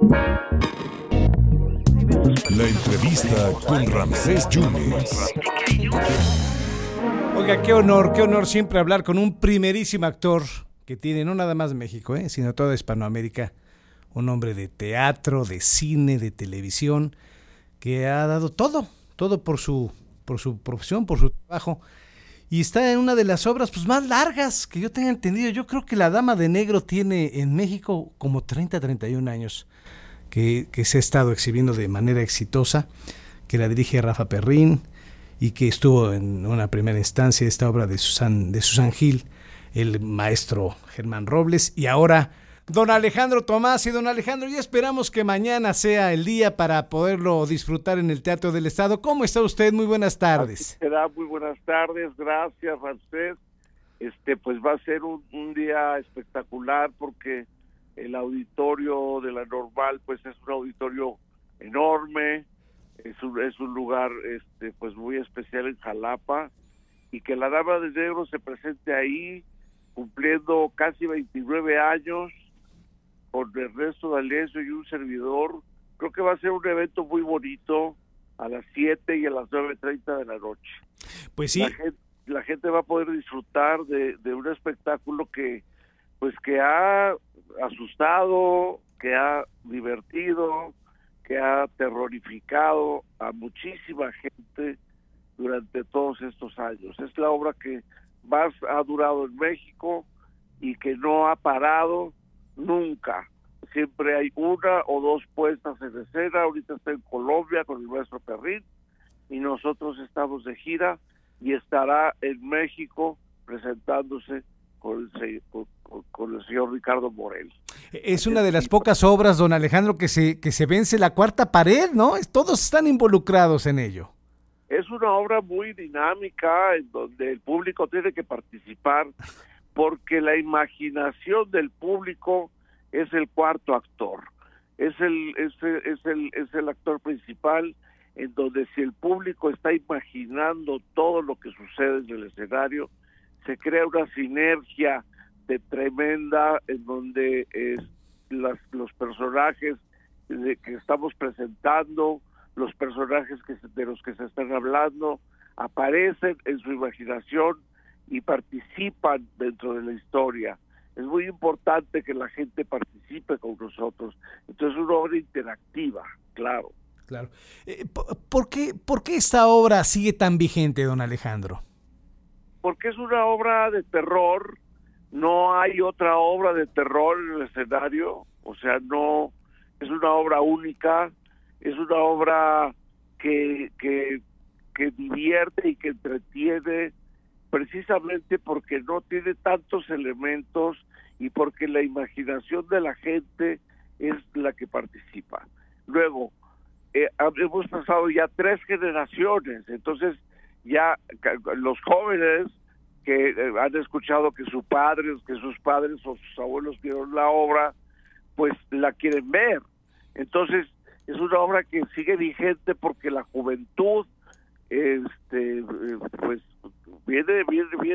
La entrevista con Ramsés Yunes. Oiga, qué honor siempre hablar con un primerísimo actor que tiene no nada más México, sino toda Hispanoamérica. Un hombre de teatro, de cine, de televisión, que ha dado todo por su profesión, por su trabajo. Y está en una de las obras pues más largas que yo tenga entendido. Yo creo que La Dama de Negro tiene en México como 31 años que se ha estado exhibiendo de manera exitosa, que la dirige Rafa Perrín y que estuvo en una primera instancia esta obra de Susan Gil, el maestro Germán Robles, y ahora don Alejandro Tomás. Y don Alejandro, ya esperamos que mañana sea el día para poderlo disfrutar en el Teatro del Estado. ¿Cómo está usted? Muy buenas tardes. Será muy buenas tardes, gracias, Ramsés. Pues va a ser un día espectacular porque el auditorio de la Normal pues es un auditorio enorme, es un lugar pues muy especial en Jalapa, y que la Dama de Negro se presente ahí cumpliendo casi 29 años con Ernesto D'Alessio y un servidor. Creo que va a ser un evento muy bonito a las 7 y a las 9:30 de la noche. Pues sí. La gente va a poder disfrutar de un espectáculo que ha asustado, que ha divertido, que ha terrorificado a muchísima gente durante todos estos años. Es la obra que más ha durado en México y que no ha parado nunca. Siempre hay una o dos puestas en escena. Ahorita está en Colombia con el maestro Perrín y nosotros estamos de gira, y estará en México presentándose con el señor Ricardo Morel. Es una de las pocas obras, don Alejandro, que se vence la cuarta pared, ¿no? Todos están involucrados en ello. Es una obra muy dinámica en donde el público tiene que participar, porque la imaginación del público es el cuarto actor, es el actor principal, en donde si el público está imaginando todo lo que sucede en el escenario, se crea una sinergia de tremenda, en donde los personajes que estamos presentando, los personajes de los que se están hablando, aparecen en su imaginación y participan dentro de la historia. Es muy importante que la gente participe con nosotros. Entonces es una obra interactiva, claro. Claro. ¿Por qué esta obra sigue tan vigente, don Alejandro? Porque es una obra de terror. No hay otra obra de terror en el escenario. O sea, no, es una obra única. Es una obra que divierte y que entretiene, precisamente porque no tiene tantos elementos y porque la imaginación de la gente es la que participa. Luego, hemos pasado ya 3 generaciones, entonces ya los jóvenes que han escuchado que sus padres o sus abuelos vieron la obra, pues la quieren ver. Entonces es una obra que sigue vigente porque la juventud pues viene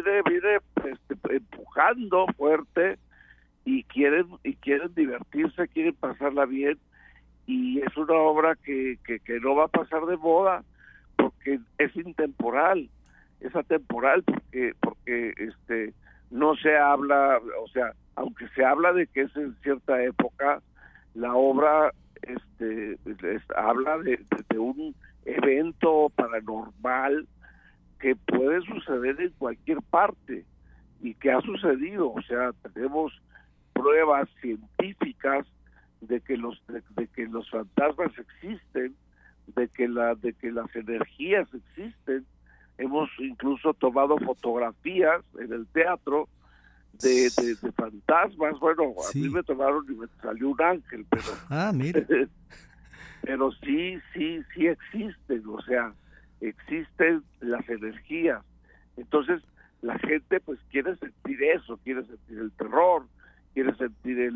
empujando fuerte y quieren divertirse, quieren pasarla bien, y es una obra que no va a pasar de moda porque es intemporal, es atemporal porque no se habla, o sea, aunque se habla de que es en cierta época, la obra habla de un evento paranormal que puede suceder en cualquier parte y que ha sucedido. O sea, tenemos pruebas científicas de que los fantasmas existen, de que las energías existen. Hemos incluso tomado fotografías en el teatro de fantasmas. Bueno, sí. A mí me tomaron y me salió un ángel, pero mira. Pero sí existen, o sea, existen las energías. Entonces la gente pues quiere sentir eso, quiere sentir el terror, quiere sentir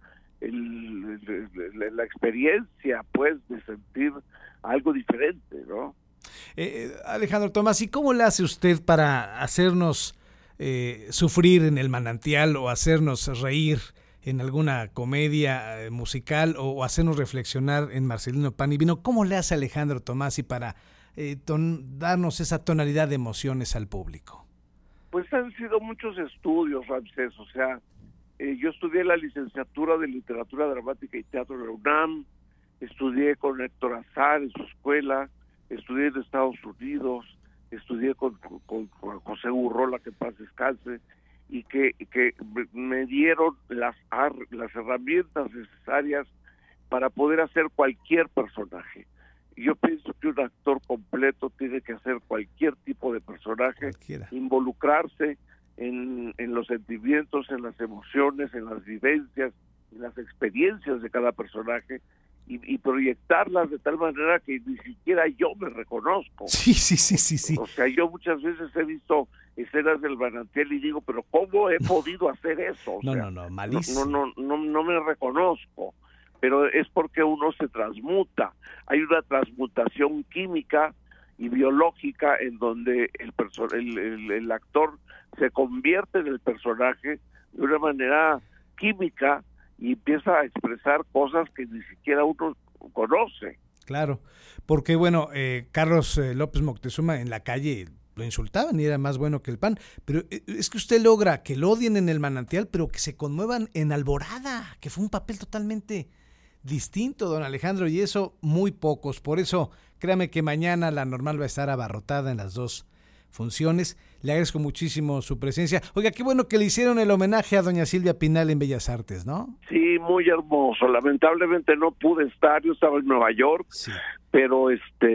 la experiencia pues de sentir algo diferente, ¿no? Alejandro Tomás, ¿y cómo le hace usted para hacernos sufrir en el manantial o hacernos reír en alguna comedia musical o hacernos reflexionar en Marcelino Pan y Vino. ¿Cómo le hace Alejandro Tomasi para darnos esa tonalidad de emociones al público? Pues han sido muchos estudios, Ramsés. O sea, yo estudié la licenciatura de Literatura Dramática y Teatro de la UNAM, estudié con Héctor Azar en su escuela, estudié en Estados Unidos, estudié con José Urrola, que paz descanse, y que me dieron las herramientas necesarias para poder hacer cualquier personaje. Yo pienso que un actor completo tiene que hacer cualquier tipo de personaje, involucrarse en los sentimientos, en las emociones, en las vivencias, en las experiencias de cada personaje, y proyectarlas de tal manera que ni siquiera yo me reconozco. Sí. O sea, yo muchas veces he visto escenas del Manantial y digo, pero ¿cómo he podido hacer eso? No, malísimo. No me reconozco, pero es porque uno se transmuta. Hay una transmutación química y biológica en donde el actor se convierte en el personaje de una manera química y empieza a expresar cosas que ni siquiera uno conoce. Claro, porque bueno, Carlos López Moctezuma en la calle lo insultaban y era más bueno que el pan, pero es que usted logra que lo odien en El Manantial, pero que se conmuevan en Alborada, que fue un papel totalmente distinto, don Alejandro, y eso muy pocos. Por eso, créame que mañana la Normal va a estar abarrotada en las dos funciones. Le agradezco muchísimo su presencia. Oiga, qué bueno que le hicieron el homenaje a doña Silvia Pinal en Bellas Artes, ¿no? Sí, muy hermoso. Lamentablemente no pude estar, yo estaba en Nueva York, sí. pero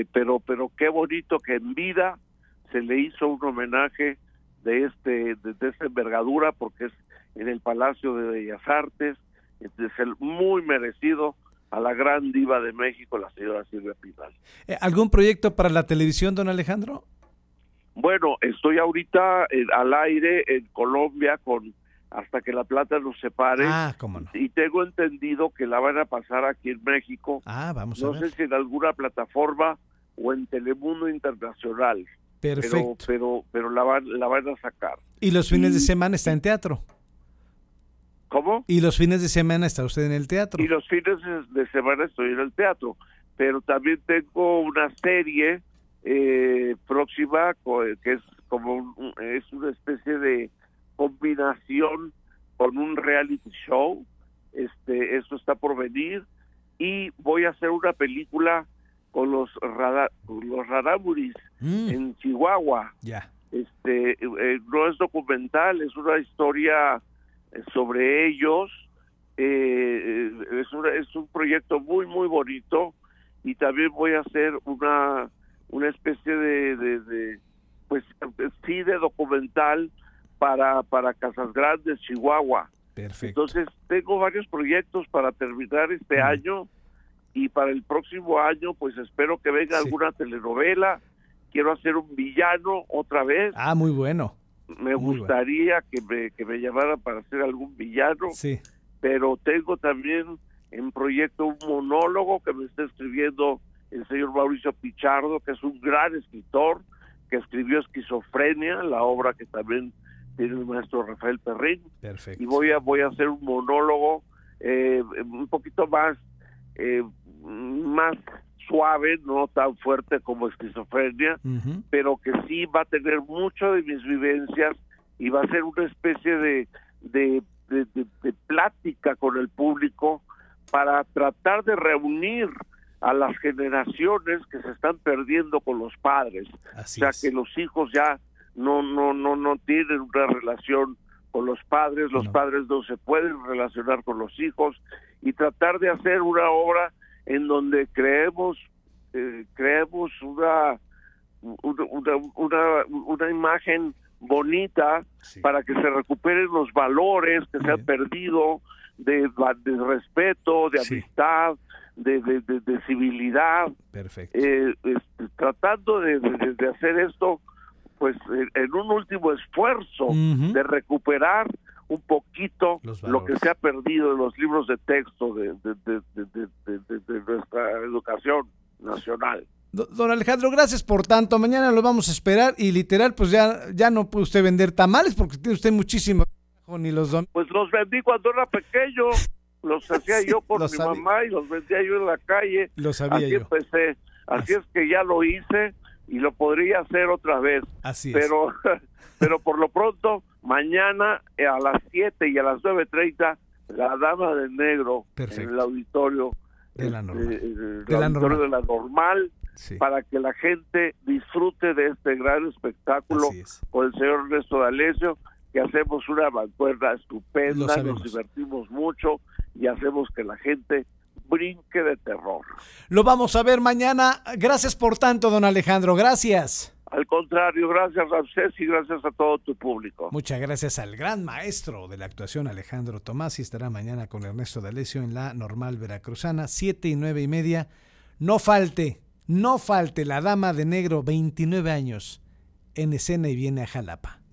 qué bonito que en vida se le hizo un homenaje de esta envergadura, porque es en el Palacio de Bellas Artes. Es muy merecido a la gran diva de México, la señora Silvia Pinal. ¿Algún proyecto para la televisión, don Alejandro? Bueno, estoy ahorita al aire en Colombia con Hasta que la plata nos separe. ¿Cómo no? Y tengo entendido que la van a pasar aquí en México. Vamos a ver. No sé si en alguna plataforma o en Telemundo Internacional. Perfecto. Pero la van a sacar. ¿Y los fines de semana está en teatro? ¿Cómo? ¿Y los fines de semana está usted en el teatro? Y los fines de semana estoy en el teatro. Pero también tengo una serie próxima que es como es una especie de combinación con un reality show. Eso está por venir, y voy a hacer una película con los Rarámuris en Chihuahua. Ya. No es documental, es una historia sobre ellos. Es un proyecto muy muy bonito, y también voy a hacer una especie de documental para Casas Grandes, Chihuahua. Perfecto. Entonces tengo varios proyectos para terminar este año, y para el próximo año pues espero que venga alguna telenovela. Quiero hacer un villano otra vez. Muy bueno. Me gustaría que me llamaran para hacer algún villano. Sí. Pero tengo también en proyecto un monólogo que me está escribiendo el señor Mauricio Pichardo, que es un gran escritor, que escribió Esquizofrenia, la obra que también tiene el maestro Rafael Perrín. Perfecto. Y voy a hacer un monólogo un poquito más suave, no tan fuerte como Esquizofrenia, pero que sí va a tener mucho de mis vivencias, y va a ser una especie de plática con el público para tratar de reunir a las generaciones que se están perdiendo con los padres. Así o sea, es. Que los hijos ya no tienen una relación con los padres, los padres no se pueden relacionar con los hijos, y tratar de hacer una obra en donde creemos una imagen bonita, sí, para que se recuperen los valores que se han perdido de respeto, de amistad, de civilidad. Perfecto. Tratando de hacer esto pues en un último esfuerzo de recuperar un poquito lo que se ha perdido en los libros de texto de nuestra educación nacional. Don Alejandro, gracias por tanto. Mañana lo vamos a esperar, y literal, pues ya no puede usted vender tamales porque tiene usted muchísimo ni los Pues los vendí cuando era pequeño. Los hacía yo por mi mamá y los vendía yo en la calle. Lo sabía así yo. Empecé. Así es que ya lo hice y lo podría hacer otra vez. Así pero, pero por lo pronto, mañana a las 7 y a las 9:30, la Dama de Negro. Perfecto. En el auditorio de la Normal. De la Normal. Sí. Para que la gente disfrute de este gran espectáculo con el señor Ernesto D'Alessio, que hacemos una mancuerna estupenda, nos divertimos mucho y hacemos que la gente brinque de terror. Lo vamos a ver mañana. Gracias por tanto, don Alejandro. Gracias. Al contrario, gracias Ramsés y gracias a todo tu público. Muchas gracias al gran maestro de la actuación, Alejandro Tomás, y estará mañana con Ernesto D'Alessio en la Normal Veracruzana, 7 y 9:30. No falte la Dama de Negro, 29 años, en escena y viene a Jalapa.